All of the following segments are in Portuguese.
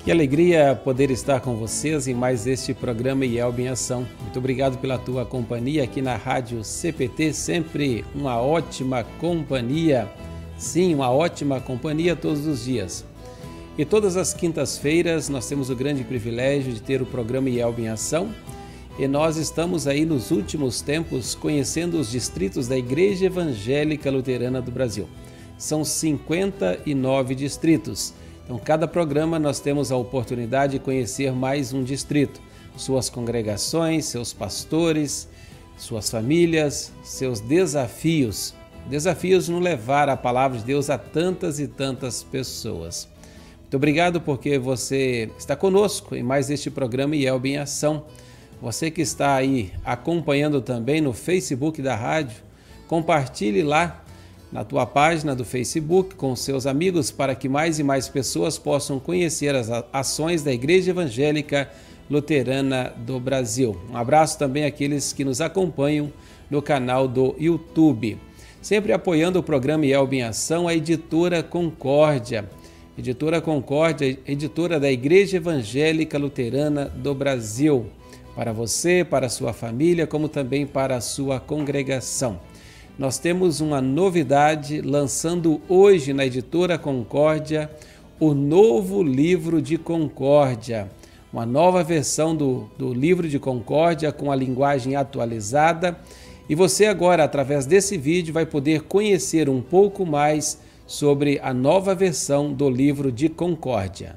Que alegria poder estar com vocês em mais este programa IELB em Ação. Muito obrigado pela tua companhia aqui na Rádio CPT, sempre uma ótima companhia. Sim, uma ótima companhia todos os dias. E todas as quintas-feiras nós temos o grande privilégio de ter o programa IELB em Ação. E nós estamos aí nos últimos tempos conhecendo os distritos da Igreja Evangélica Luterana do Brasil. São 59 distritos. Então, cada programa nós temos a oportunidade de conhecer mais um distrito, suas congregações, seus pastores, suas famílias, seus desafios. Desafios no levar a palavra de Deus a tantas e tantas pessoas. Muito obrigado porque você está conosco em mais este programa IELB em Ação. Você que está aí acompanhando também no Facebook da rádio, compartilhe lá na tua página do Facebook com seus amigos para que mais e mais pessoas possam conhecer as ações da Igreja Evangélica Luterana do Brasil. Um abraço também àqueles que nos acompanham no canal do YouTube. Sempre apoiando o programa IELB em Ação, a Editora Concórdia. Editora Concórdia, editora da Igreja Evangélica Luterana do Brasil. Para você, para a sua família, como também para a sua congregação. Nós temos uma novidade lançando hoje na Editora Concórdia o novo livro de Concórdia. Uma nova versão do livro de Concórdia com a linguagem atualizada. E você agora, através desse vídeo, vai poder conhecer um pouco mais sobre a nova versão do livro de Concórdia.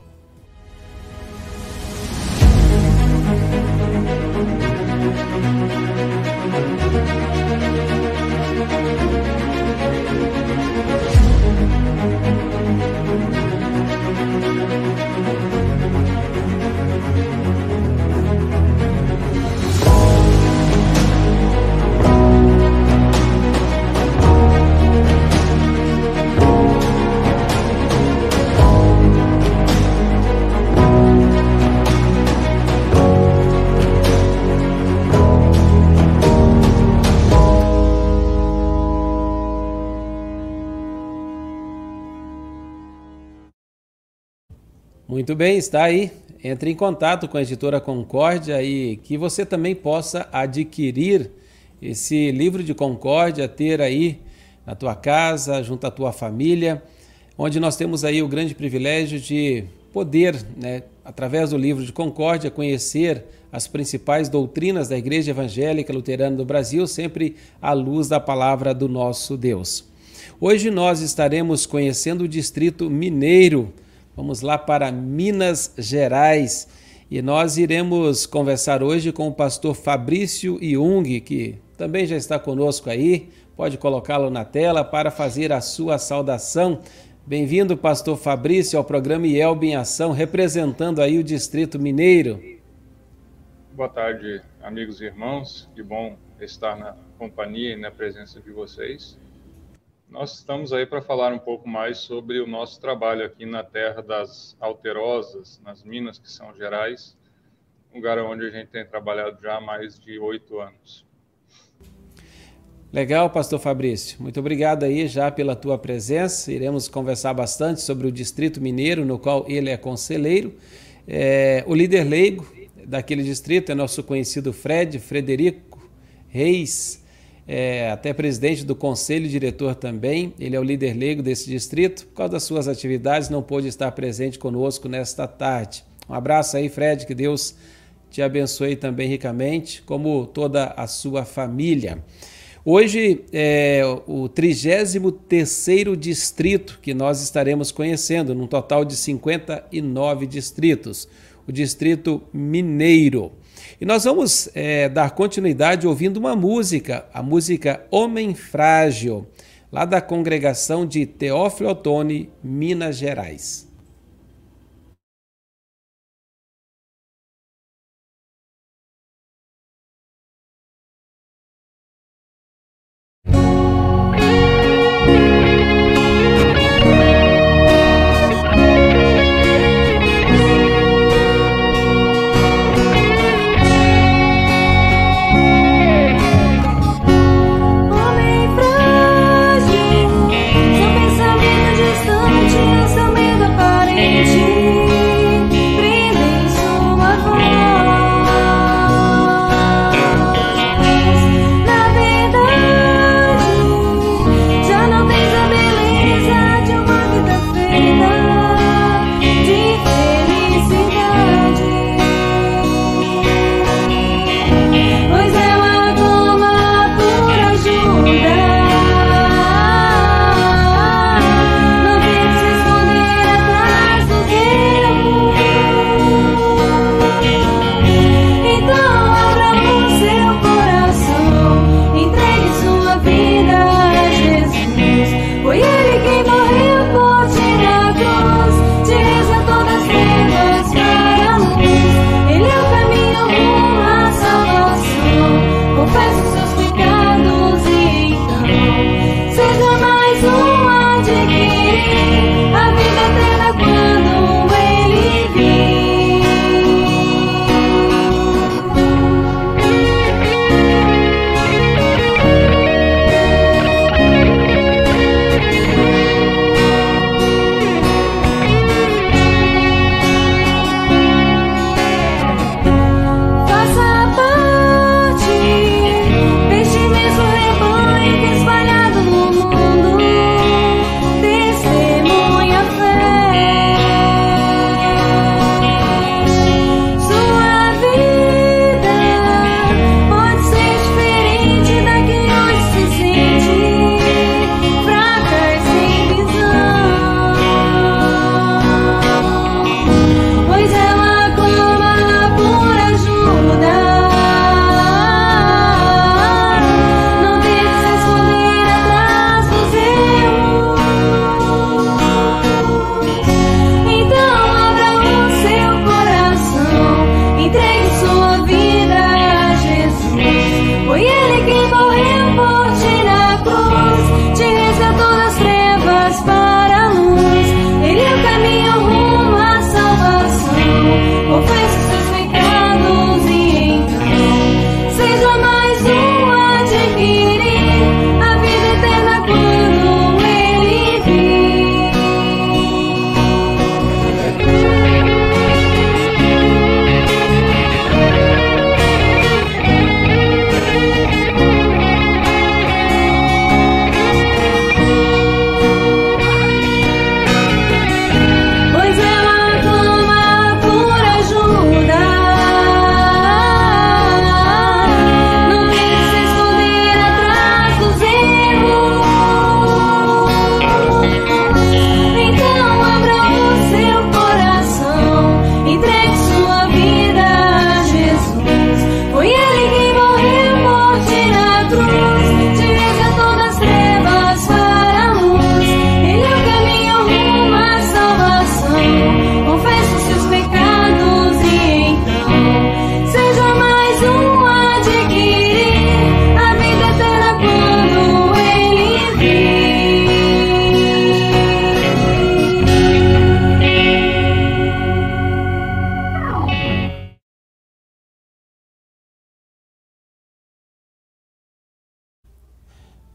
Muito bem, está aí. Entre em contato com a Editora Concórdia e que você também possa adquirir esse livro de Concórdia, ter aí na tua casa, junto à tua família, onde nós temos aí o grande privilégio de poder, através do livro de Concórdia, conhecer as principais doutrinas da Igreja Evangélica Luterana do Brasil, sempre à luz da palavra do nosso Deus. Hoje nós estaremos conhecendo o Distrito Mineiro. Vamos lá para Minas Gerais e nós iremos conversar hoje com o pastor Fabrício Jung, que também já está conosco aí, pode colocá-lo na tela para fazer a sua saudação. Bem-vindo, pastor Fabrício, ao programa IELB em Ação, representando aí o Distrito Mineiro. Boa tarde, amigos e irmãos, que bom estar na companhia e na presença de vocês. Nós estamos aí para falar um pouco mais sobre o nosso trabalho aqui na terra das Alterosas, nas Minas que São Gerais, lugar onde a gente tem trabalhado já há mais de 8 anos. Legal, pastor Fabrício. Muito obrigado aí já pela tua presença. Iremos conversar bastante sobre o Distrito Mineiro, no qual ele é conselheiro. O líder leigo daquele distrito é nosso conhecido Frederico Reis, até presidente do conselho diretor também. Ele é o líder leigo desse distrito. Por causa das suas atividades, não pôde estar presente conosco nesta tarde. Um abraço aí, Fred, que Deus te abençoe também ricamente, como toda a sua família. Hoje é o 33º distrito que nós estaremos conhecendo, num total de 59 distritos, o Distrito Mineiro. E nós vamos dar continuidade ouvindo uma música, a música Homem Frágil, lá da congregação de Teófilo Otoni, Minas Gerais. Seu pensamento distante, seu medo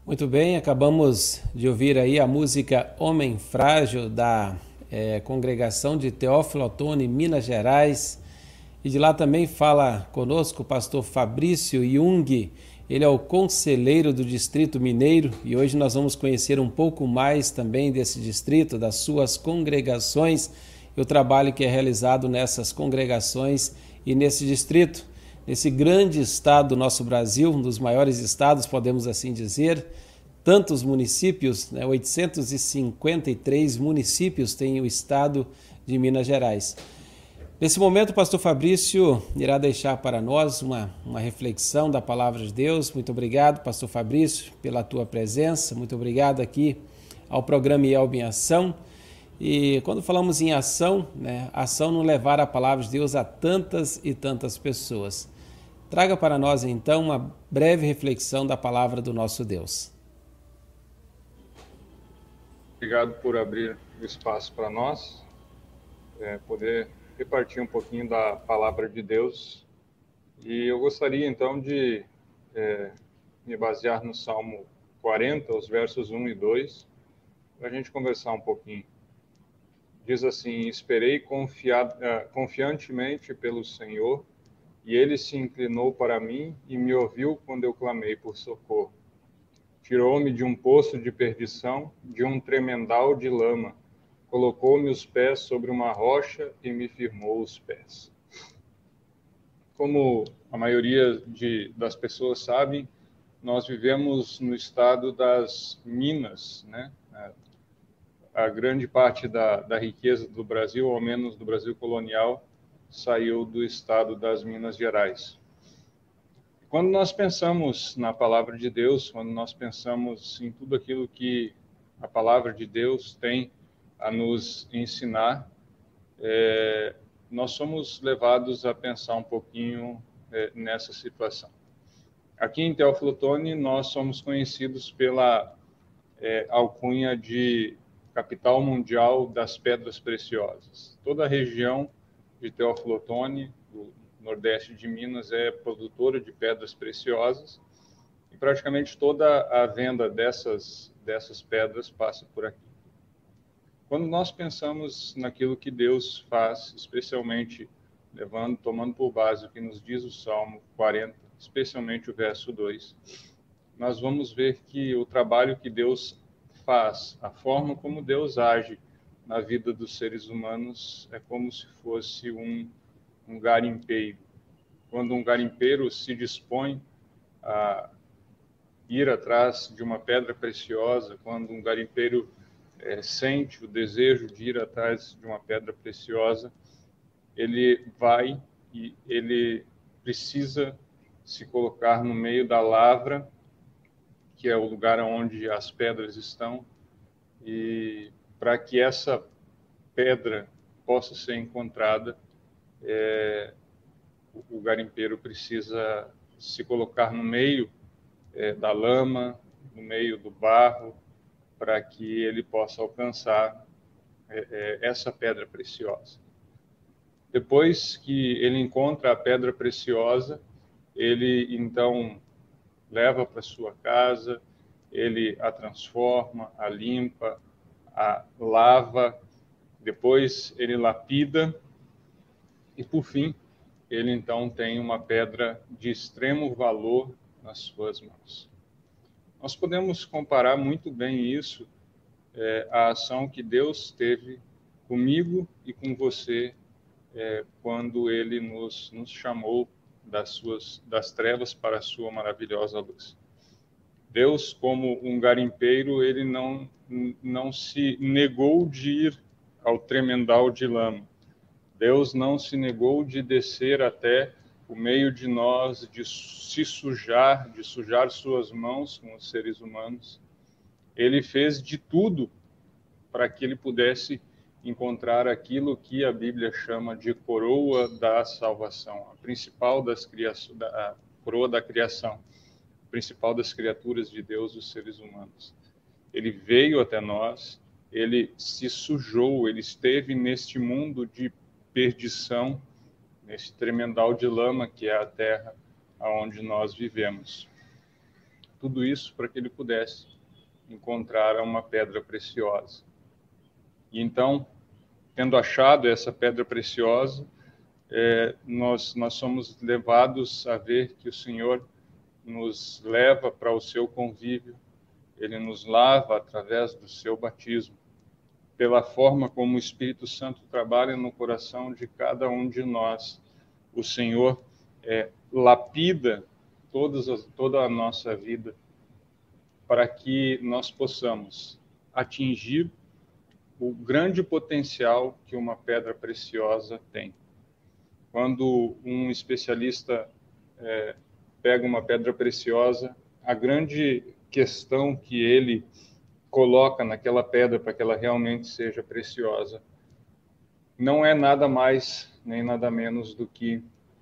Muito bem, acabamos de ouvir aí a música Homem Frágil da congregação de Teófilo Otoni, Minas Gerais. E de lá também fala conosco o pastor Fabrício Jung. Ele é o conselheiro do Distrito Mineiro e hoje nós vamos conhecer um pouco mais também desse distrito, das suas congregações e o trabalho que é realizado nessas congregações e nesse distrito. Nesse grande estado do nosso Brasil, um dos maiores estados, podemos assim dizer, tantos municípios, 853 municípios tem o estado de Minas Gerais. Nesse momento, o pastor Fabrício irá deixar para nós uma reflexão da palavra de Deus. Muito obrigado, pastor Fabrício, pela tua presença. Muito obrigado aqui ao programa IELB em Ação. E quando falamos em ação, ação no levar a palavra de Deus a tantas e tantas pessoas. Traga para nós, então, uma breve reflexão da palavra do nosso Deus. Obrigado por abrir o espaço para nós, poder repartir um pouquinho da palavra de Deus. E eu gostaria, então, de me basear no Salmo 40, os versos 1 e 2, para a gente conversar um pouquinho. Diz assim: esperei confiantemente pelo Senhor, e ele se inclinou para mim e me ouviu quando eu clamei por socorro. Tirou-me de um poço de perdição, de um tremendal de lama. Colocou-me os pés sobre uma rocha e me firmou os pés. Como a maioria das pessoas sabem, nós vivemos no estado das Minas, né? A grande parte da riqueza do Brasil, ao menos do Brasil colonial, saiu do estado das Minas Gerais. Quando nós pensamos na palavra de Deus, quando nós pensamos em tudo aquilo que a palavra de Deus tem a nos ensinar, nós somos levados a pensar um pouquinho nessa situação. Aqui em Teófilo Otoni, nós somos conhecidos pela alcunha de capital mundial das pedras preciosas. Toda a região de Teófilo Otoni, do nordeste de Minas, é produtora de pedras preciosas e praticamente toda a venda dessas pedras passa por aqui. Quando nós pensamos naquilo que Deus faz, especialmente tomando por base o que nos diz o Salmo 40, especialmente o verso 2, nós vamos ver que o trabalho que Deus faz, a forma como Deus age na vida dos seres humanos é como se fosse um garimpeiro. Quando um garimpeiro se dispõe a ir atrás de uma pedra preciosa, quando um garimpeiro sente o desejo de ir atrás de uma pedra preciosa, ele vai e ele precisa se colocar no meio da lavra, que é o lugar onde as pedras estão, e para que essa pedra possa ser encontrada, o garimpeiro precisa se colocar no meio da lama, no meio do barro, para que ele possa alcançar essa pedra preciosa. Depois que ele encontra a pedra preciosa, ele então leva para sua casa, ele a transforma, a limpa, a lava, depois ele lapida e, por fim, ele então tem uma pedra de extremo valor nas suas mãos. Nós podemos comparar muito bem isso à ação que Deus teve comigo e com você quando ele nos chamou das trevas para a sua maravilhosa luz. Deus, como um garimpeiro, ele não se negou de ir ao tremendal de lama. Deus não se negou de descer até o meio de nós, de se sujar, de sujar suas mãos com os seres humanos. Ele fez de tudo para que ele pudesse encontrar aquilo que a Bíblia chama de coroa da salvação, a principal a coroa da criação, a principal das criaturas de Deus, os seres humanos. Ele veio até nós, ele se sujou, ele esteve neste mundo de perdição, nesse tremendal de lama que é a terra onde nós vivemos. Tudo isso para que ele pudesse encontrar uma pedra preciosa. E então, tendo achado essa pedra preciosa, nós somos levados a ver que o Senhor nos leva para o seu convívio, ele nos lava através do seu batismo, pela forma como o Espírito Santo trabalha no coração de cada um de nós. O Senhor lapida toda a nossa vida para que nós possamos atingir o grande potencial que uma pedra preciosa tem. Quando um especialista pega uma pedra preciosa, a grande questão que ele coloca naquela pedra para que ela realmente seja preciosa não é nada mais nem nada menos do que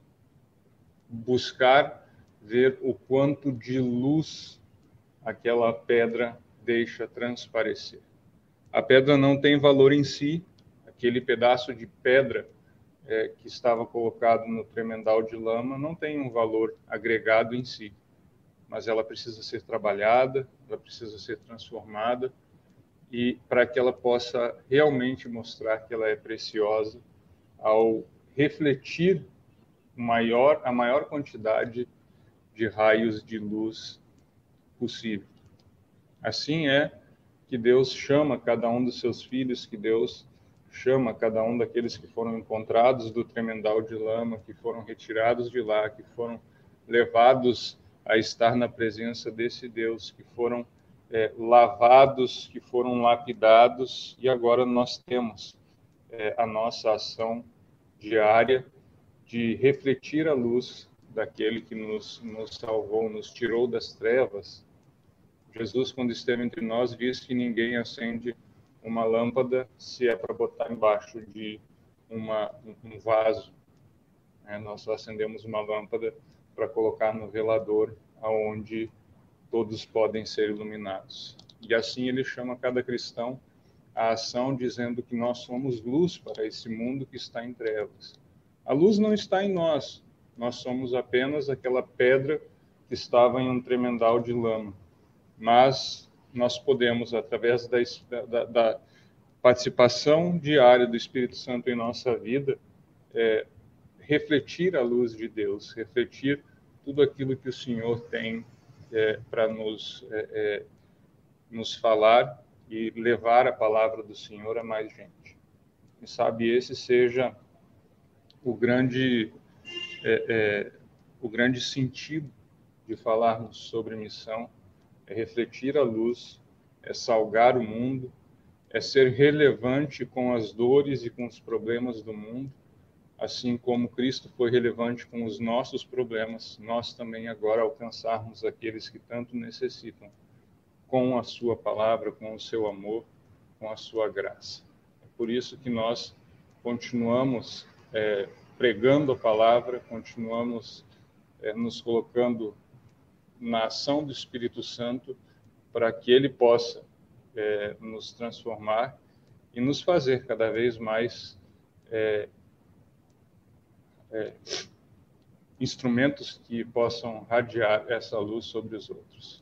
buscar ver o quanto de luz aquela pedra deixa transparecer. A pedra não tem valor em si, aquele pedaço de pedra que estava colocado no tremendal de lama não tem um valor agregado em si, mas ela precisa ser trabalhada, ela precisa ser transformada, e para que ela possa realmente mostrar que ela é preciosa, ao refletir a maior quantidade de raios de luz possível. Assim é que Deus chama cada um dos seus filhos, que Deus chama cada um daqueles que foram encontrados do tremendal de lama, que foram retirados de lá, que foram levados a estar na presença desse Deus, que foram lavados, que foram lapidados, e agora nós temos a nossa ação diária de refletir a luz daquele que nos salvou, nos tirou das trevas. Jesus, quando esteve entre nós, disse que ninguém acende uma lâmpada se é para botar embaixo de um vaso. Nós só acendemos uma lâmpada para colocar no velador, aonde todos podem ser iluminados. E assim ele chama cada cristão à ação, dizendo que nós somos luz para esse mundo que está em trevas. A luz não está em nós somos apenas aquela pedra que estava em um tremendal de lama. Mas nós podemos, através da participação diária do Espírito Santo em nossa vida, refletir a luz de Deus, refletir tudo aquilo que o Senhor tem para nos falar e levar a palavra do Senhor a mais gente. Quem sabe esse seja o grande sentido de falarmos sobre missão, refletir a luz, salgar o mundo, ser relevante com as dores e com os problemas do mundo, assim como Cristo foi relevante com os nossos problemas, nós também agora alcançarmos aqueles que tanto necessitam, com a sua palavra, com o seu amor, com a sua graça. É por isso que nós continuamos pregando a palavra, continuamos nos colocando na ação do Espírito Santo para que ele possa nos transformar e nos fazer cada vez mais instrumentos que possam radiar essa luz sobre os outros.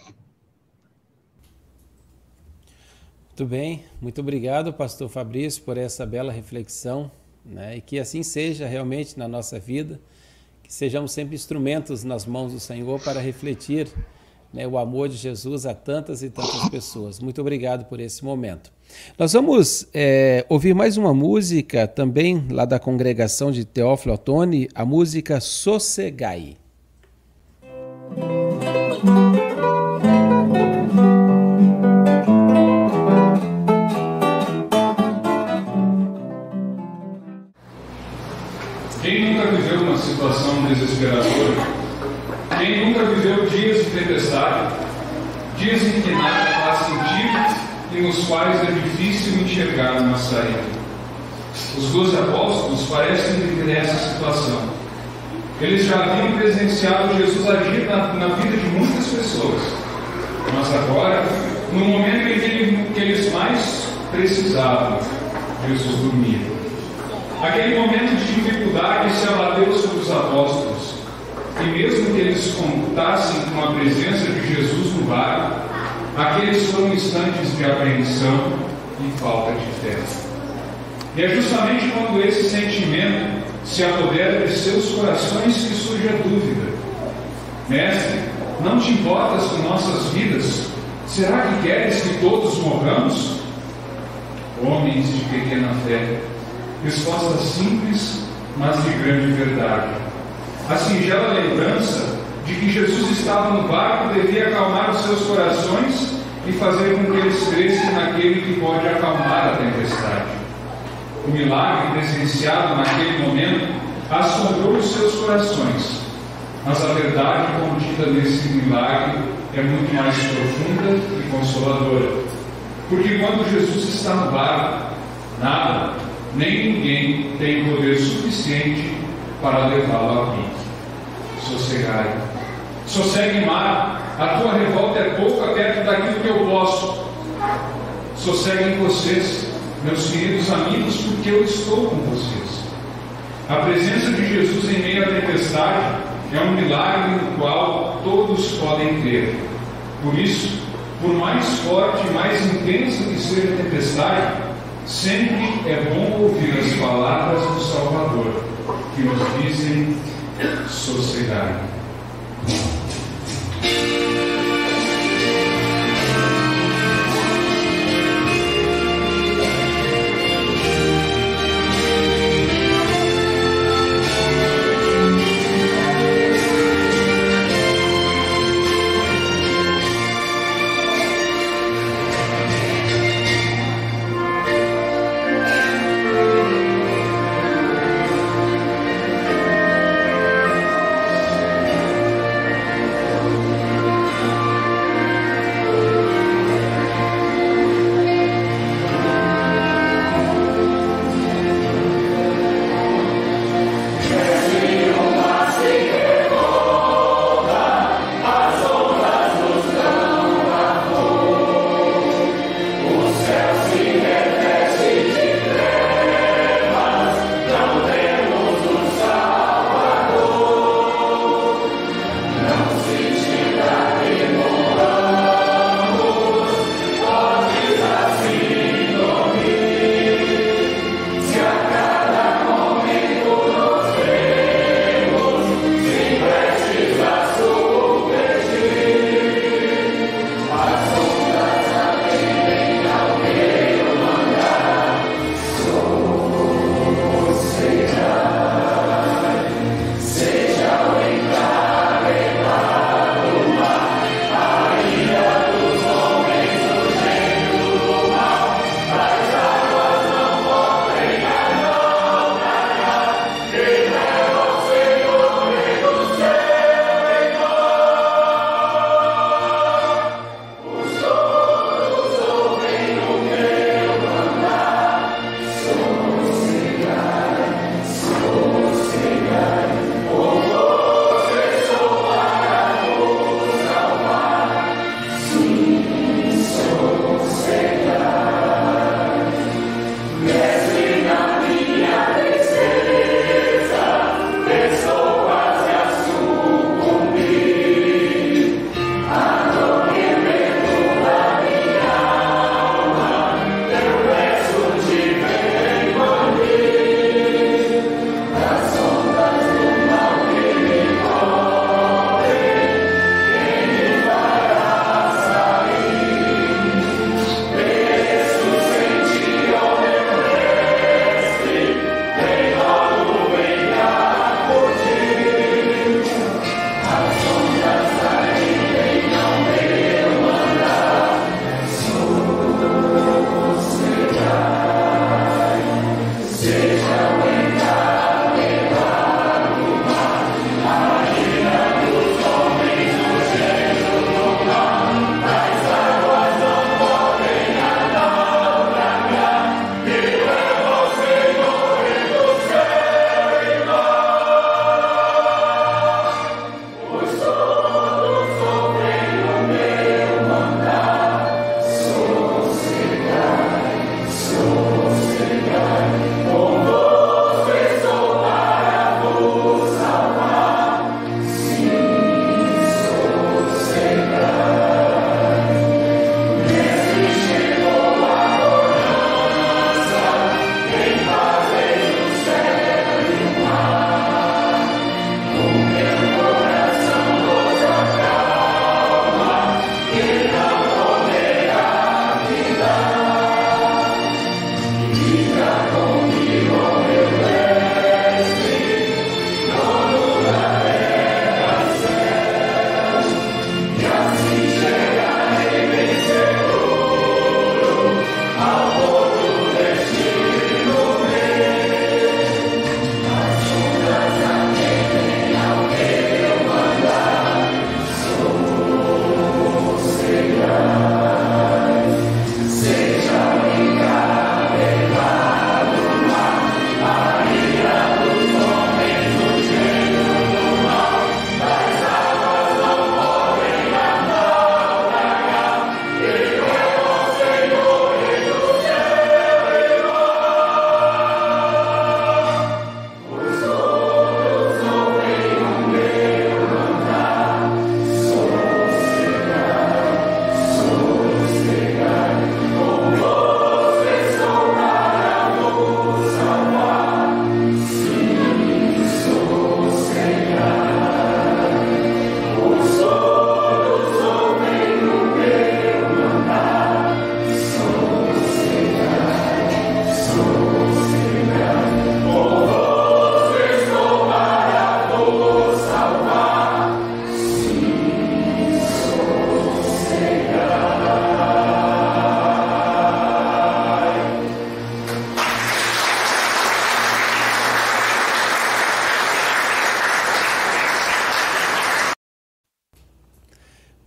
Muito bem, muito obrigado, pastor Fabrício, por essa bela reflexão, né? E que assim seja realmente na nossa vida, que sejamos sempre instrumentos nas mãos do Senhor para refletir, né, o amor de Jesus a tantas e tantas pessoas. Muito obrigado por esse momento. Nós vamos ouvir mais uma música também lá da congregação de Teófilo Otoni, a música Sossegai. Quem nunca viveu uma situação desesperadora? Quem nunca viveu dias de tempestade? Dias em que nada faz sentido e nos quais é difícil enxergar uma saída. Os 12 apóstolos parecem viver essa situação. Eles já haviam presenciado Jesus agir na vida de muitas pessoas, mas agora, no momento em que eles mais precisavam, Jesus dormia. Aquele momento de dificuldade se abateu sobre os apóstolos. e mesmo que eles contassem com a presença de Jesus no barco, aqueles foram instantes de apreensão e falta de fé. E é justamente quando esse sentimento se apodera de seus corações que surge a dúvida: Mestre, não te importas com nossas vidas? Será que queres que todos morramos? Homens de pequena fé. Resposta simples, mas de grande verdade. A singela lembrança de que Jesus estava no barco devia acalmar os seus corações e fazer com que eles crescem naquele que pode acalmar a tempestade. O milagre presenciado naquele momento assombrou os seus corações, mas a verdade contida nesse milagre é muito mais profunda e consoladora. Porque quando Jesus está no barco, nada, nem ninguém tem poder suficiente para levá-lo a pique. Sossegai. Sossegue, mar, a tua revolta é pouca perto daquilo que eu posso. Sosseguem vocês, meus queridos amigos, porque eu estou com vocês. A presença de Jesus em meio à tempestade é um milagre no qual todos podem crer. Por isso, por mais forte e mais intensa que seja a tempestade, sempre é bom ouvir as palavras do Salvador, que nos dizem: sossegai.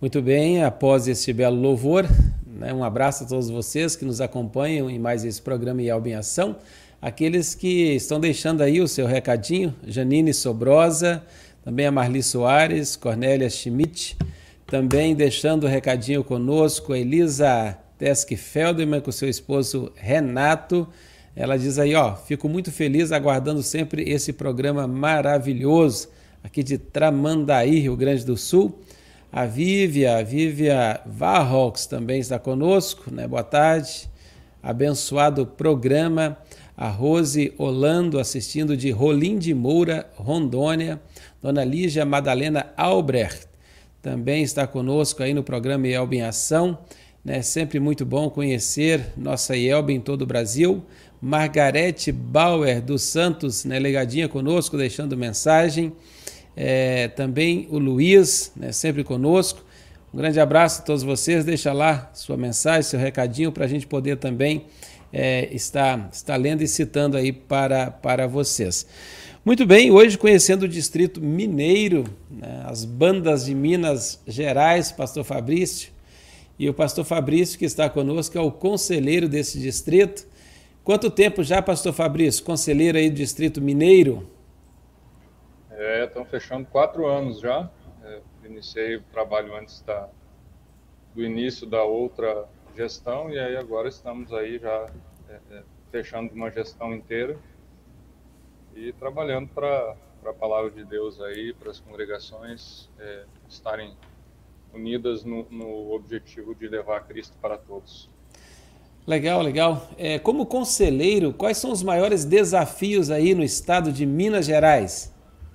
Muito bem, após esse belo louvor, né, um abraço a todos vocês que nos acompanham em mais esse programa IELB em Ação. Aqueles que estão deixando aí o seu recadinho, Janine Sobrosa, também a Marli Soares, Cornélia Schmidt, também deixando o recadinho conosco, a Elisa Teske Feldman com seu esposo Renato. Ela diz aí, fico muito feliz aguardando sempre esse programa maravilhoso aqui de Tramandaí, Rio Grande do Sul. A Vívia Varrox também está conosco, né? Boa tarde. Abençoado programa. A Rose Orlando assistindo de Rolim de Moura, Rondônia. Dona Lígia Madalena Albrecht também está conosco aí no programa IELB em Ação. Né? Sempre muito bom conhecer nossa IELB em todo o Brasil. Margarete Bauer dos Santos, né? Legadinha conosco, deixando mensagem. Também o Luiz, né, sempre conosco. Um grande abraço a todos vocês. Deixa lá sua mensagem, seu recadinho, para a gente poder também estar lendo e citando aí para vocês. Muito bem, hoje conhecendo o Distrito Mineiro, né, as bandas de Minas Gerais, pastor Fabrício. E o pastor Fabrício, que está conosco, é o conselheiro desse distrito. Quanto tempo já, pastor Fabrício, conselheiro aí do Distrito Mineiro? Estão fechando 4 anos já. Iniciei o trabalho antes do início da outra gestão e aí agora estamos aí já fechando uma gestão inteira e trabalhando para a palavra de Deus aí, para as congregações estarem unidas no objetivo de levar Cristo para todos. Legal. Como conselheiro, quais são os maiores desafios aí no estado de Minas Gerais?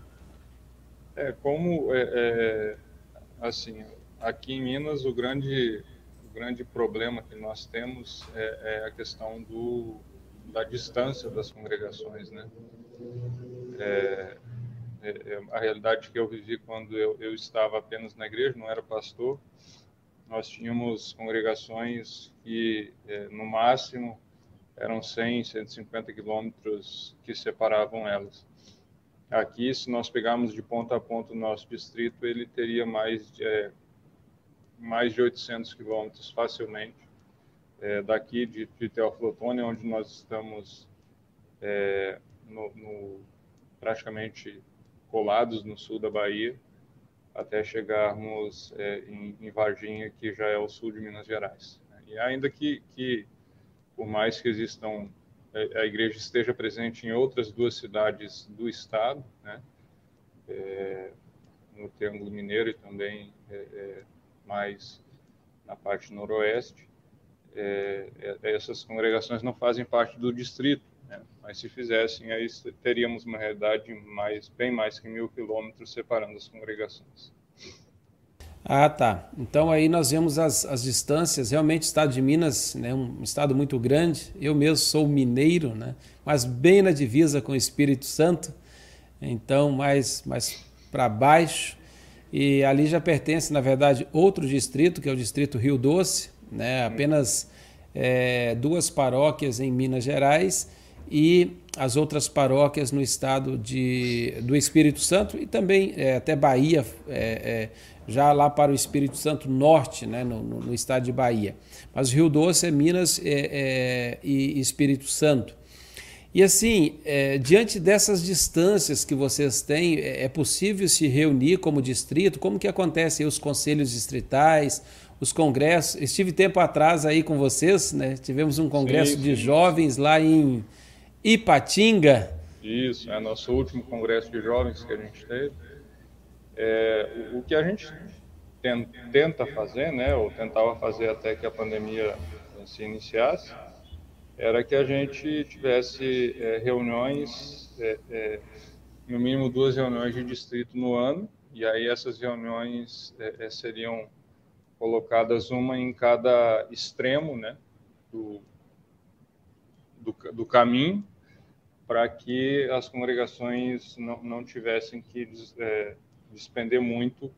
Assim, aqui em Minas o grande problema que nós temos é a questão da distância das congregações, né? A realidade que eu vivi quando eu estava apenas na igreja, não era pastor, nós tínhamos congregações que no máximo eram 100, 150 quilômetros que separavam elas. Aqui, se nós pegarmos de ponta a ponta o nosso distrito, ele teria mais de 800 quilômetros facilmente. Daqui de Teófilo Otoni, onde nós estamos praticamente colados no sul da Bahia, até chegarmos em Varginha, que já é o sul de Minas Gerais. E ainda que por mais que existam a igreja esteja presente em outras 2 cidades do estado, né? No Triângulo Mineiro e também mais na parte noroeste. Essas congregações não fazem parte do distrito, né? Mas se fizessem, aí teríamos uma realidade bem mais que 1.000 quilômetros separando as congregações. Ah, tá. Então aí nós vemos as distâncias. Realmente o estado de Minas, né, um estado muito grande. Eu mesmo sou mineiro, né, mas bem na divisa com o Espírito Santo. Então mais para baixo. E ali já pertence, na verdade, outro distrito, que é o distrito Rio Doce, né, apenas 2 paróquias em Minas Gerais e as outras paróquias no estado do Espírito Santo e também até Bahia, já lá para o Espírito Santo Norte, né, no estado de Bahia. Mas Rio Doce é Minas e Espírito Santo. E assim, diante dessas distâncias que vocês têm, é possível se reunir como distrito? Como que acontecem os conselhos distritais, os congressos? Estive tempo atrás aí com vocês, né? Tivemos um congresso de jovens lá em Ipatinga. Isso, é nosso último congresso de jovens que a gente teve. O que a gente tenta fazer, né, ou tentava fazer até que a pandemia se iniciasse, era que a gente tivesse reuniões, no mínimo 2 reuniões de distrito no ano, e aí essas reuniões seriam colocadas uma em cada extremo, né, do caminho, para que as congregações não tivessem que despender muito,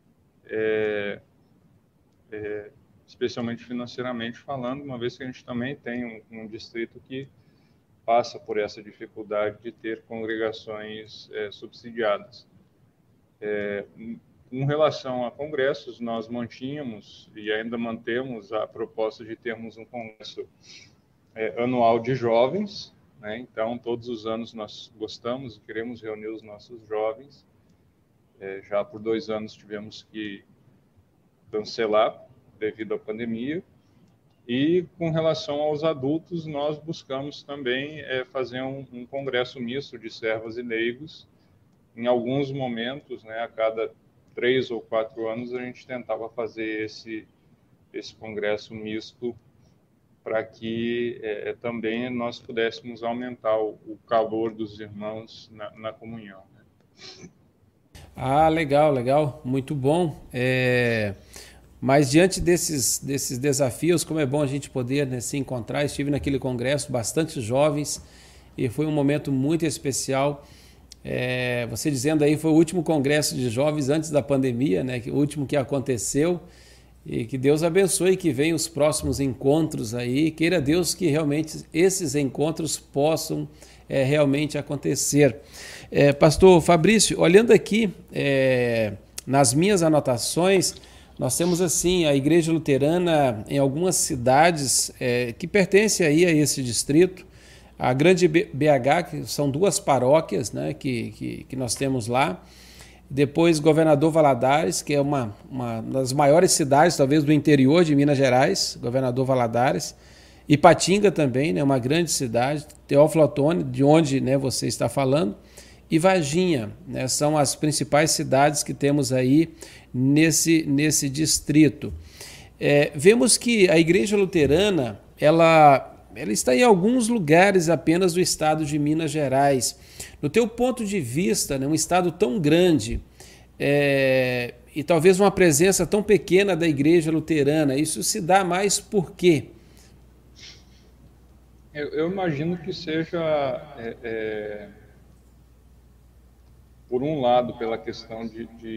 especialmente financeiramente falando, uma vez que a gente também tem um distrito que passa por essa dificuldade de ter congregações subsidiadas. Com relação a congressos, nós mantínhamos e ainda mantemos a proposta de termos um congresso anual de jovens, né? Então, todos os anos nós gostamos e queremos reunir os nossos jovens. Já por 2 anos tivemos que cancelar devido à pandemia. E com relação aos adultos, nós buscamos também fazer um congresso misto de servas e leigos. Em alguns momentos, né, a cada 3 ou 4 anos, a gente tentava fazer esse congresso misto para que também nós pudéssemos aumentar o calor dos irmãos na comunhão. Né? Ah, legal, legal, muito bom. Mas diante desses desafios, como é bom a gente poder, né, se encontrar. Estive naquele congresso, bastante jovens, e foi um momento muito especial. Você dizendo aí, foi o último congresso de jovens antes da pandemia, né, o último que aconteceu, e que Deus abençoe, que venham os próximos encontros aí, queira Deus que realmente esses encontros possam realmente acontecer. Pastor Fabrício, olhando aqui nas minhas anotações, nós temos assim a Igreja Luterana em algumas cidades que pertencem aí a esse distrito, a Grande BH, que são 2 paróquias, né, que nós temos lá. Depois Governador Valadares, que é uma das maiores cidades talvez do interior de Minas Gerais, Governador Valadares. Ipatinga também, né, uma grande cidade. Teófilo Otoni, de onde, né, você está falando. E Varginha, né, são as principais cidades que temos aí nesse distrito. Vemos que a Igreja Luterana, ela está em alguns lugares apenas do estado de Minas Gerais. No teu ponto de vista, né, um estado tão grande e talvez uma presença tão pequena da Igreja Luterana, isso se dá mais por quê? Eu imagino que seja, por um lado, pela questão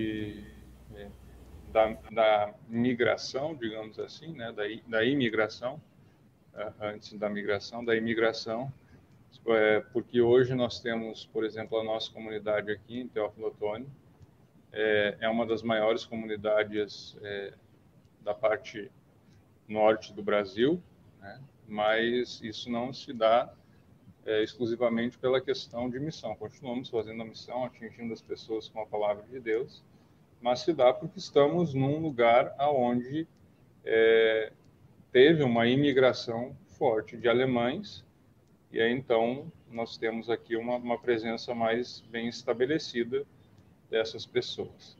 da migração, digamos assim, né, da imigração, antes da migração, porque hoje nós temos, por exemplo, a nossa comunidade aqui em Teófilo Otoni, é uma das maiores comunidades da parte norte do Brasil, né? Mas isso não se dá exclusivamente pela questão de missão. Continuamos fazendo a missão, atingindo as pessoas com a palavra de Deus, mas se dá porque estamos num lugar onde teve uma imigração forte de alemães, e aí então nós temos aqui uma presença mais bem estabelecida dessas pessoas.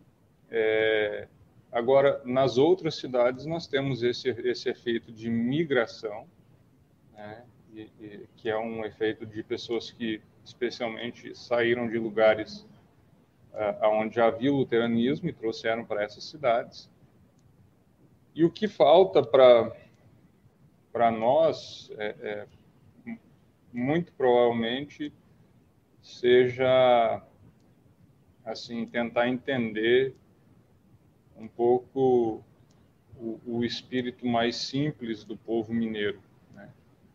Agora, nas outras cidades nós temos esse efeito de migração, né, que é um efeito de pessoas que especialmente saíram de lugares onde já havia o luteranismo e trouxeram para essas cidades. E o que falta para nós, muito provavelmente, seja assim, tentar entender um pouco o espírito mais simples do povo mineiro, né?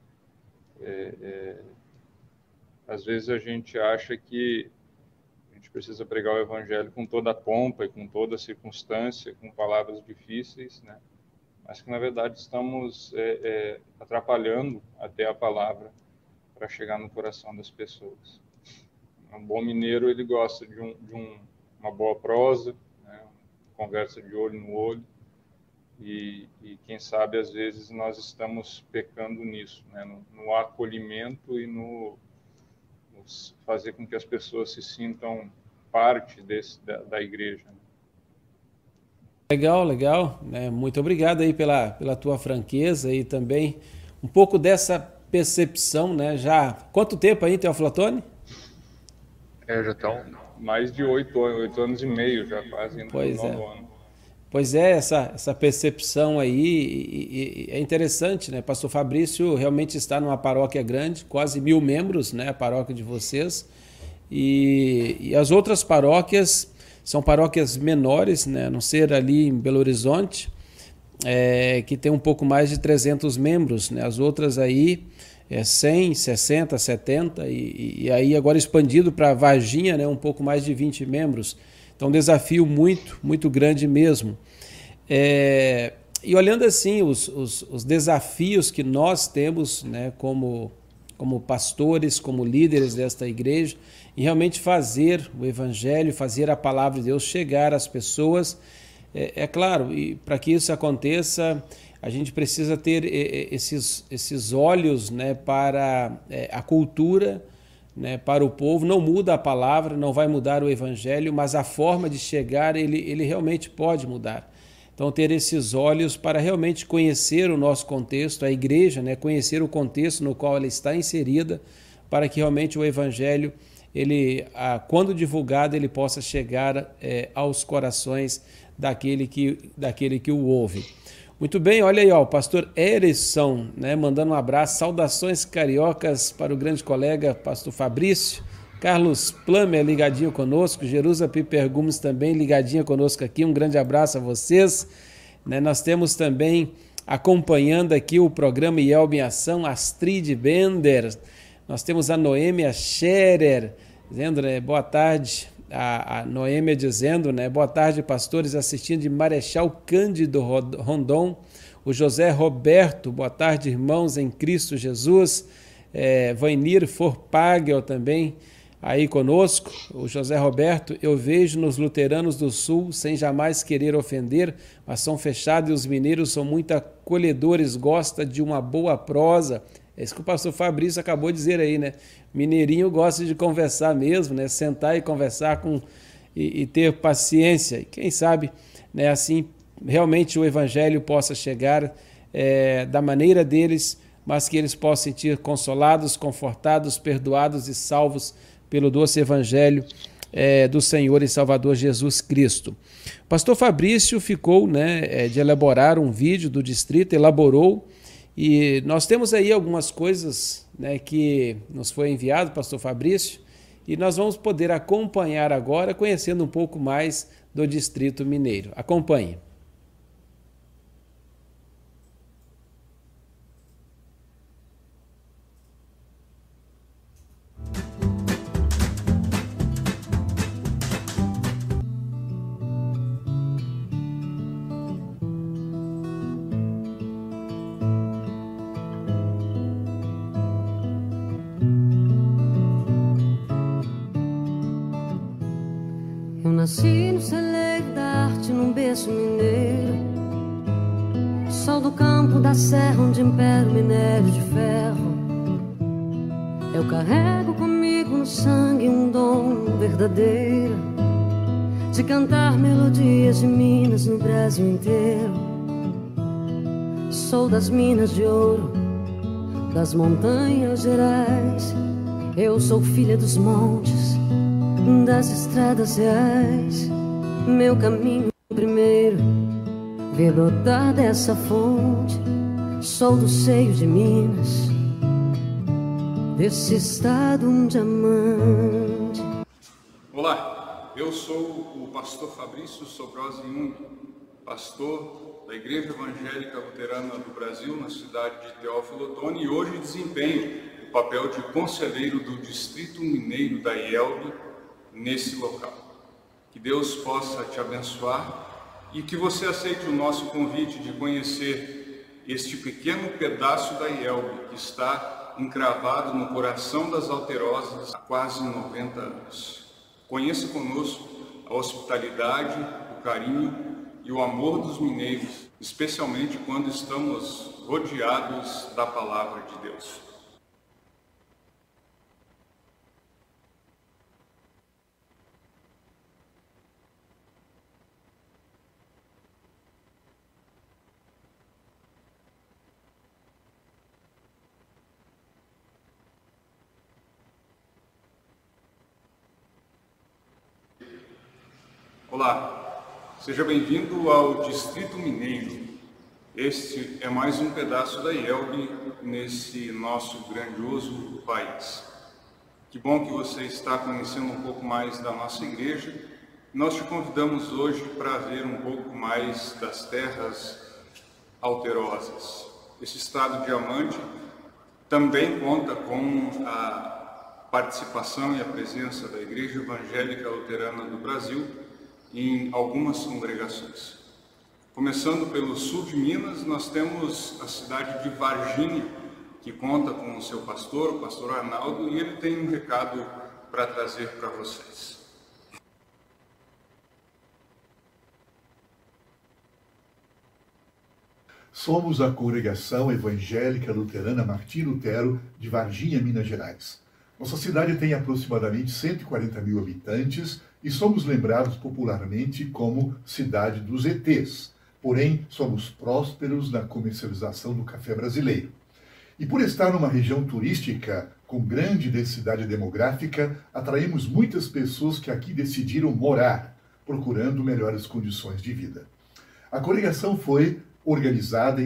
Às vezes a gente acha que a gente precisa pregar o evangelho com toda a pompa e com toda a circunstância, com palavras difíceis, né? Mas que, na verdade, estamos atrapalhando até a palavra para chegar no coração das pessoas. Um bom mineiro, ele gosta de uma boa prosa, né? Conversa de olho no olho, e quem sabe, às vezes, nós estamos pecando nisso, né? No acolhimento e no fazer com que as pessoas se sintam parte da igreja. Legal, legal. Muito obrigado aí pela tua franqueza e também um pouco dessa percepção, né? Já quanto tempo aí, Teófilo Otoni? Já estão mais de 8 anos e meio, já quase no 9º ano. Pois é, essa percepção aí é interessante, né? Pastor Fabrício realmente está numa paróquia grande, quase 1.000 membros, né? A paróquia de vocês. E as outras paróquias são paróquias menores, né? A não ser ali em Belo Horizonte, que tem um pouco mais de 300 membros, né? As outras aí 100, 60, 70 e aí agora expandido para Varginha, né? Um pouco mais de 20 membros. Então, um desafio muito, muito grande mesmo. E olhando assim os desafios que nós temos, né, como pastores, como líderes desta igreja, em realmente fazer o evangelho, fazer a palavra de Deus chegar às pessoas, é claro, e para que isso aconteça, a gente precisa ter esses olhos, né, para a cultura, né, para o povo. Não muda a palavra, não vai mudar o evangelho, mas a forma de chegar, ele realmente pode mudar. Então, ter esses olhos para realmente conhecer o nosso contexto, a igreja, né, conhecer o contexto no qual ela está inserida, para que realmente o evangelho, quando divulgado, ele possa chegar aos corações daquele que o ouve. Muito bem, olha aí, ó, o pastor Erisson, né, mandando um abraço, saudações cariocas para o grande colega, pastor Fabrício. Carlos Plamer ligadinho conosco, Jerusa Piper Gomes também ligadinha conosco aqui, um grande abraço a vocês. Nós temos também, acompanhando aqui o programa IELB em Ação, Astrid Bender, nós temos a Noêmia Scherer, dizendo, né, boa tarde, a Noêmia dizendo, né, boa tarde, pastores, assistindo de Marechal Cândido Rondon, o José Roberto, boa tarde, irmãos em Cristo Jesus, Vainir Forpagel também, aí conosco, o José Roberto, eu vejo nos luteranos do Sul, sem jamais querer ofender, mas são fechados e os mineiros são muito acolhedores, gostam de uma boa prosa. É isso que o pastor Fabrício acabou de dizer aí, né? Mineirinho gosta de conversar mesmo, né? Sentar e conversar e ter paciência. E quem sabe, né, assim, realmente o evangelho possa chegar da maneira deles, mas que eles possam sentir consolados, confortados, perdoados e salvos pelo doce evangelho do Senhor e Salvador Jesus Cristo. O pastor Fabrício ficou, né, de elaborar um vídeo do distrito, elaborou, e nós temos aí algumas coisas, né, que nos foi enviado, pastor Fabrício, e nós vamos poder acompanhar agora, conhecendo um pouco mais do Distrito Mineiro. Acompanhe. Nasci no celeiro da arte, num berço mineiro, sol do campo da serra onde impera o minério de ferro. Eu carrego comigo no sangue um dom verdadeiro de cantar melodias de Minas no Brasil inteiro. Sou das Minas de Ouro, das Montanhas Gerais. Eu sou filha dos montes, das estradas reais. Meu caminho primeiro, ver brotar dessa fonte. Sou do seio de Minas, desse estado um diamante. Olá, eu sou o pastor Fabrício Sobrosi Jung, pastor da Igreja Evangélica Luterana do Brasil, na cidade de Teófilo Otoni, e hoje desempenho o papel de conselheiro do Distrito Mineiro da IELB nesse local. Que Deus possa te abençoar e que você aceite o nosso convite de conhecer este pequeno pedaço da IELB que está encravado no coração das Alterosas há quase 90 anos. Conheça conosco a hospitalidade, o carinho e o amor dos mineiros, especialmente quando estamos rodeados da palavra de Deus. Olá, seja bem-vindo ao Distrito Mineiro. Este é mais um pedaço da IELB nesse nosso grandioso país. Que bom que você está conhecendo um pouco mais da nossa igreja. Nós te convidamos hoje para ver um pouco mais das terras alterosas. Esse estado diamante também conta com a participação e a presença da Igreja Evangélica Luterana do Brasil, em algumas congregações. Começando pelo sul de Minas, nós temos a cidade de Varginha, que conta com o seu pastor, o pastor Arnaldo, e ele tem um recado para trazer para vocês. Somos a Congregação Evangélica Luterana Martim Lutero de Varginha, Minas Gerais. Nossa cidade tem aproximadamente 140 mil habitantes e somos lembrados popularmente como Cidade dos ETs. Porém, somos prósperos na comercialização do café brasileiro. E por estar numa região turística com grande densidade demográfica, atraímos muitas pessoas que aqui decidiram morar, procurando melhores condições de vida. A congregação foi organizada em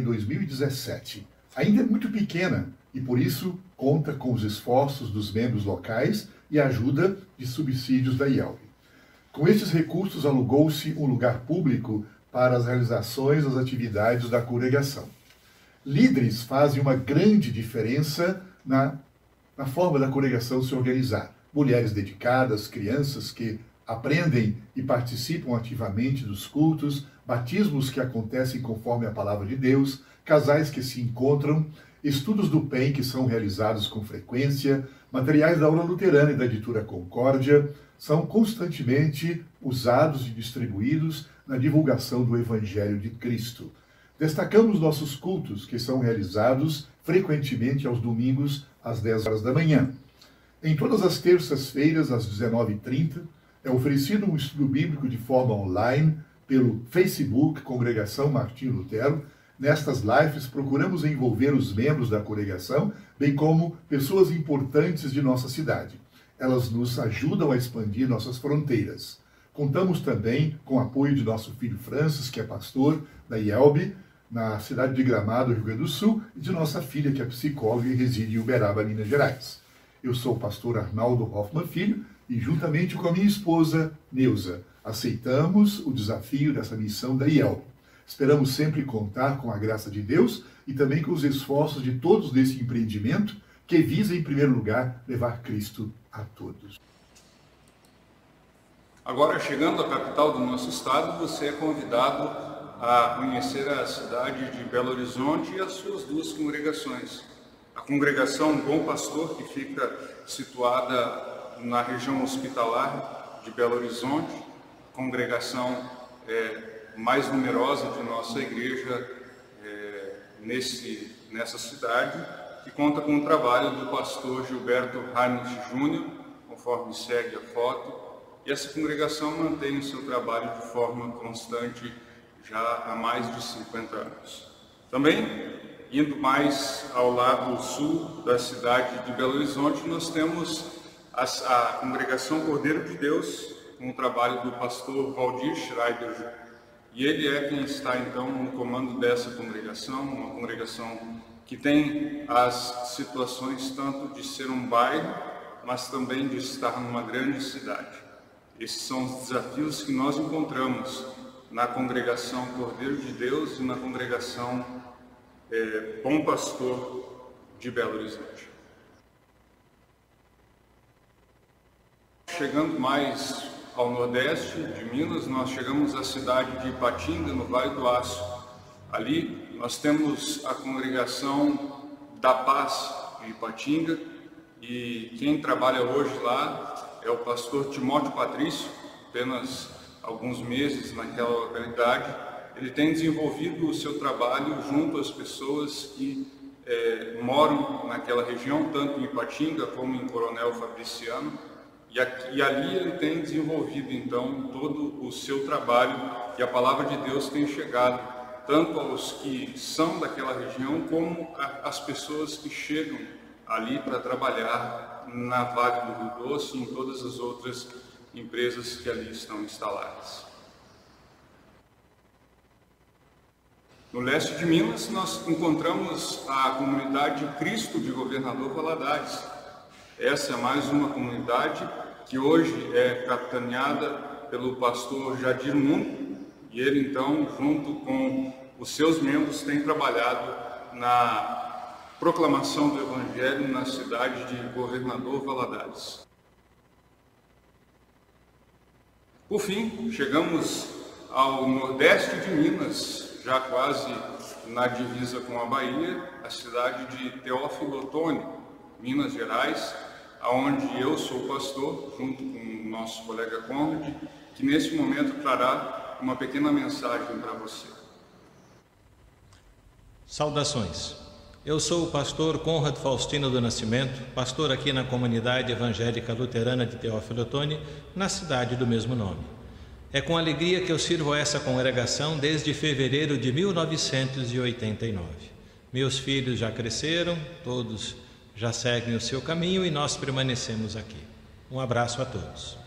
2017. Ainda é muito pequena e, por isso, conta com os esforços dos membros locais e a ajuda de subsídios da IELB. Com estes recursos, alugou-se um lugar público para as realizações das atividades da congregação. Líderes fazem uma grande diferença na forma da congregação se organizar. Mulheres dedicadas, crianças que aprendem e participam ativamente dos cultos, batismos que acontecem conforme a palavra de Deus, casais que se encontram, estudos do PEN que são realizados com frequência, materiais da aula luterana e da editora Concórdia são constantemente usados e distribuídos na divulgação do Evangelho de Cristo. Destacamos nossos cultos, que são realizados frequentemente aos domingos às 10 horas da manhã. Em todas as terças-feiras, às 19h30, é oferecido um estudo bíblico de forma online pelo Facebook Congregação Martim Lutero. Nestas lives, procuramos envolver os membros da congregação, bem como pessoas importantes de nossa cidade. Elas nos ajudam a expandir nossas fronteiras. Contamos também com o apoio de nosso filho Francis, que é pastor da IELB, na cidade de Gramado, Rio Grande do Sul, e de nossa filha, que é psicóloga e reside em Uberaba, Minas Gerais. Eu sou o pastor Arnaldo Hoffmann Filho e, juntamente com a minha esposa, Neuza, aceitamos o desafio dessa missão da IELB. Esperamos sempre contar com a graça de Deus e também com os esforços de todos desse empreendimento que visa, em primeiro lugar, levar Cristo a todos. Agora, chegando à capital do nosso estado, você é convidado a conhecer a cidade de Belo Horizonte e as suas duas congregações. A congregação Bom Pastor, que fica situada na região hospitalar de Belo Horizonte, congregação mais numerosa de nossa igreja nessa cidade, que conta com o trabalho do pastor Gilberto Heinrich Júnior, conforme segue a foto, e essa congregação mantém o seu trabalho de forma constante já há mais de 50 anos. Também, indo mais ao lado sul da cidade de Belo Horizonte, nós temos a congregação Cordeiro de Deus, com o trabalho do pastor Valdir Schreiber. E ele é quem está, então, no comando dessa congregação, uma congregação que tem as situações tanto de ser um bairro, mas também de estar numa grande cidade. Esses são os desafios que nós encontramos na congregação Cordeiro de Deus e na congregação Bom Pastor de Belo Horizonte. Chegando mais ao nordeste de Minas, nós chegamos à cidade de Ipatinga, no Vale do Aço. Ali nós temos a congregação da Paz de Ipatinga e quem trabalha hoje lá é o pastor Timóteo Patrício, apenas alguns meses naquela localidade. Ele tem desenvolvido o seu trabalho junto às pessoas que moram naquela região, tanto em Ipatinga como em Coronel Fabriciano, e ali ele tem desenvolvido então todo o seu trabalho, e a palavra de Deus tem chegado tanto aos que são daquela região como às pessoas que chegam ali para trabalhar na Vale do Rio Doce e em todas as outras empresas que ali estão instaladas. No leste de Minas, nós encontramos a comunidade Cristo de Governador Valadares. Essa é mais uma comunidade que hoje é capitaneada pelo pastor Jadir Nuno, e ele então, junto com os seus membros, tem trabalhado na proclamação do Evangelho na cidade de Governador Valadares. Por fim, chegamos ao nordeste de Minas, já quase na divisa com a Bahia, a cidade de Teófilo Otoni, Minas Gerais, onde eu sou pastor, junto com o nosso colega Conrad, que neste momento trará uma pequena mensagem para você. Saudações. Eu sou o pastor Conrad Faustino do Nascimento, pastor aqui na comunidade evangélica luterana de Teófilo Otoni, na cidade do mesmo nome. É com alegria que eu sirvo a essa congregação desde fevereiro de 1989. Meus filhos já cresceram, todos já seguem o seu caminho e nós permanecemos aqui. Um abraço a todos.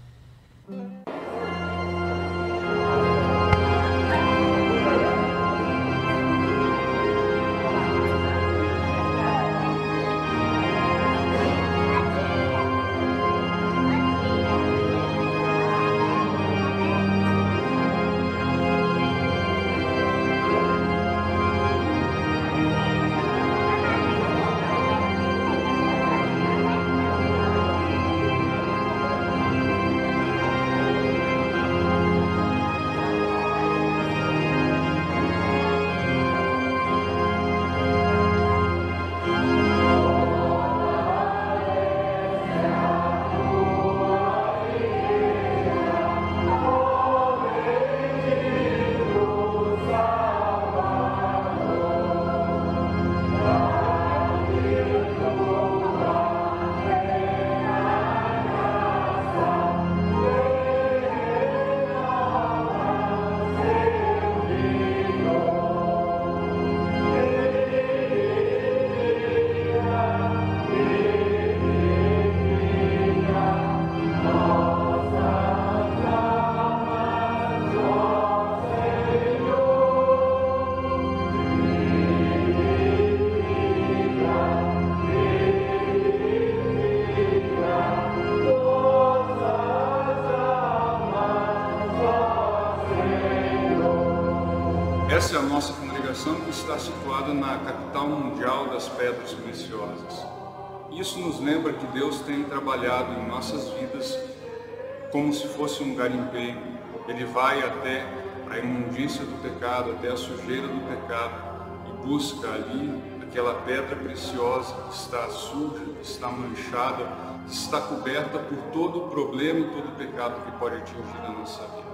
Essa é a nossa congregação que está situada na capital mundial das pedras preciosas. Isso nos lembra que Deus tem trabalhado em nossas vidas como se fosse um garimpeiro. Ele vai até a imundícia do pecado, até a sujeira do pecado e busca ali aquela pedra preciosa que está suja, que está manchada, que está coberta por todo o problema e todo o pecado que pode atingir a nossa vida.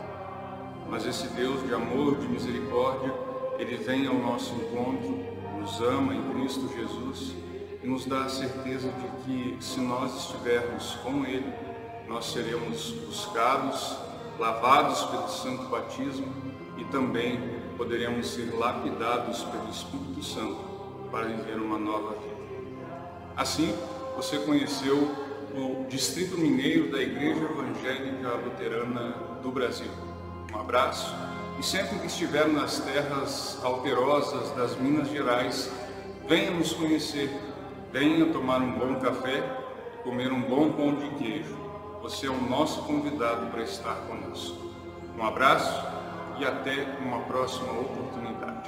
Mas esse Deus de amor, de misericórdia, Ele vem ao nosso encontro, nos ama em Cristo Jesus e nos dá a certeza de que, se nós estivermos com Ele, nós seremos buscados, lavados pelo santo batismo e também poderemos ser lapidados pelo Espírito Santo para viver uma nova vida. Assim, você conheceu o Distrito Mineiro da Igreja Evangélica Luterana do Brasil. Um abraço e sempre que estiver nas terras alterosas das Minas Gerais, venha nos conhecer, venha tomar um bom café, comer um bom pão de queijo. Você é o nosso convidado para estar conosco. Um abraço e até uma próxima oportunidade.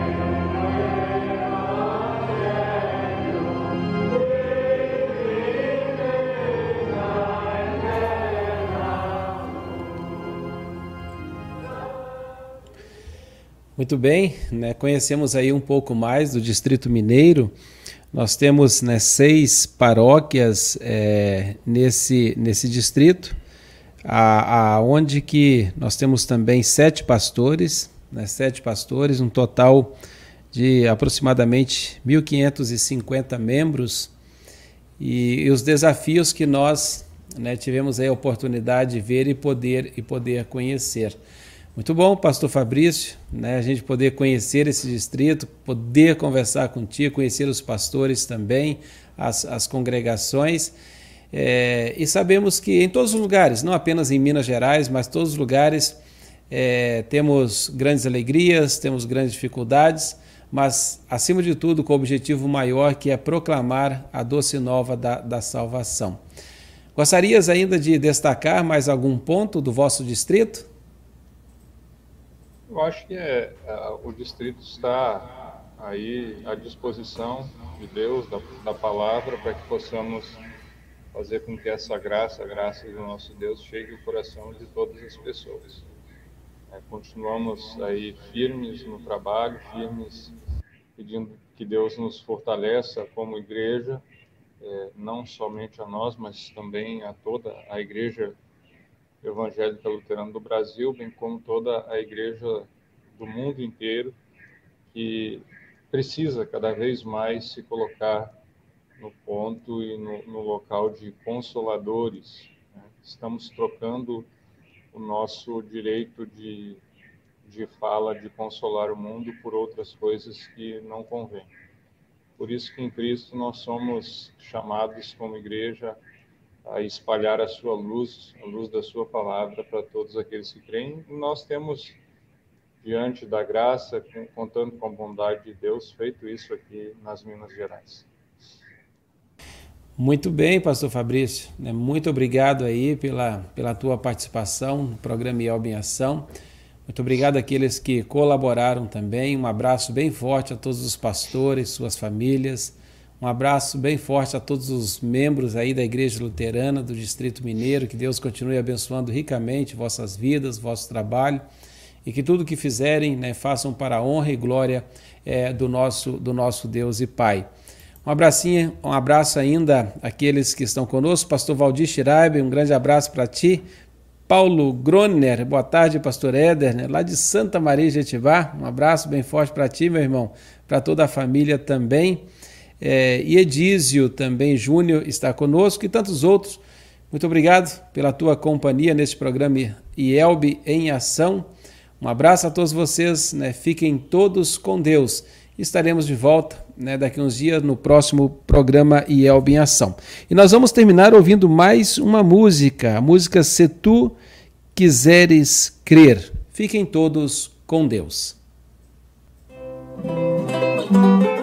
Muito bem, conhecemos aí um pouco mais do Distrito Mineiro. Nós temos 6 paróquias nesse distrito, onde que nós temos também 7 pastores, 7 pastores, um total de aproximadamente 1.550 membros, e os desafios que nós tivemos aí a oportunidade de ver e poder conhecer. Muito bom, pastor Fabrício, a gente poder conhecer esse distrito, poder conversar contigo, conhecer os pastores também, as congregações, e sabemos que em todos os lugares, não apenas em Minas Gerais, mas todos os lugares temos grandes alegrias, temos grandes dificuldades, mas acima de tudo com o objetivo maior, que é proclamar a doce nova da salvação. Gostarias ainda de destacar mais algum ponto do vosso distrito? Eu acho que o distrito está aí à disposição de Deus, da palavra, para que possamos fazer com que essa graça, a graça do nosso Deus, chegue ao coração de todas as pessoas. Continuamos aí firmes no trabalho, firmes pedindo que Deus nos fortaleça como igreja, não somente a nós, mas também a toda a Igreja Evangélica Luterana do Brasil, bem como toda a igreja do mundo inteiro, que precisa cada vez mais se colocar no ponto e no local de consoladores. Estamos trocando o nosso direito de fala, de consolar o mundo, por outras coisas que não convêm. Por isso que em Cristo nós somos chamados como igreja a espalhar a sua luz, a luz da sua palavra para todos aqueles que creem. E nós temos, diante da graça, contando com a bondade de Deus, feito isso aqui nas Minas Gerais. Muito bem, pastor Fabrício. Muito obrigado aí pela tua participação no programa IELB em Ação. Muito obrigado àqueles que colaboraram também. Um abraço bem forte a todos os pastores, suas famílias. Um abraço bem forte a todos os membros aí da Igreja Luterana do Distrito Mineiro. Que Deus continue abençoando ricamente vossas vidas, vosso trabalho, e que tudo que fizerem, façam para a honra e glória do nosso Deus e Pai. Um abraço ainda àqueles que estão conosco. Pastor Valdir Schreiber, um grande abraço para ti. Paulo Groner, boa tarde, pastor Éder, lá de Santa Maria de Jetibá. Um abraço bem forte para ti, meu irmão, para toda a família também. E Edísio também Júnior está conosco e tantos outros. Muito obrigado pela tua companhia neste programa IELB em Ação. Um abraço a todos vocês, fiquem todos com Deus. Estaremos de volta daqui a uns dias no próximo programa IELB em Ação. E nós vamos terminar ouvindo mais uma música, a música Se Tu Quiseres Crer. Fiquem todos com Deus.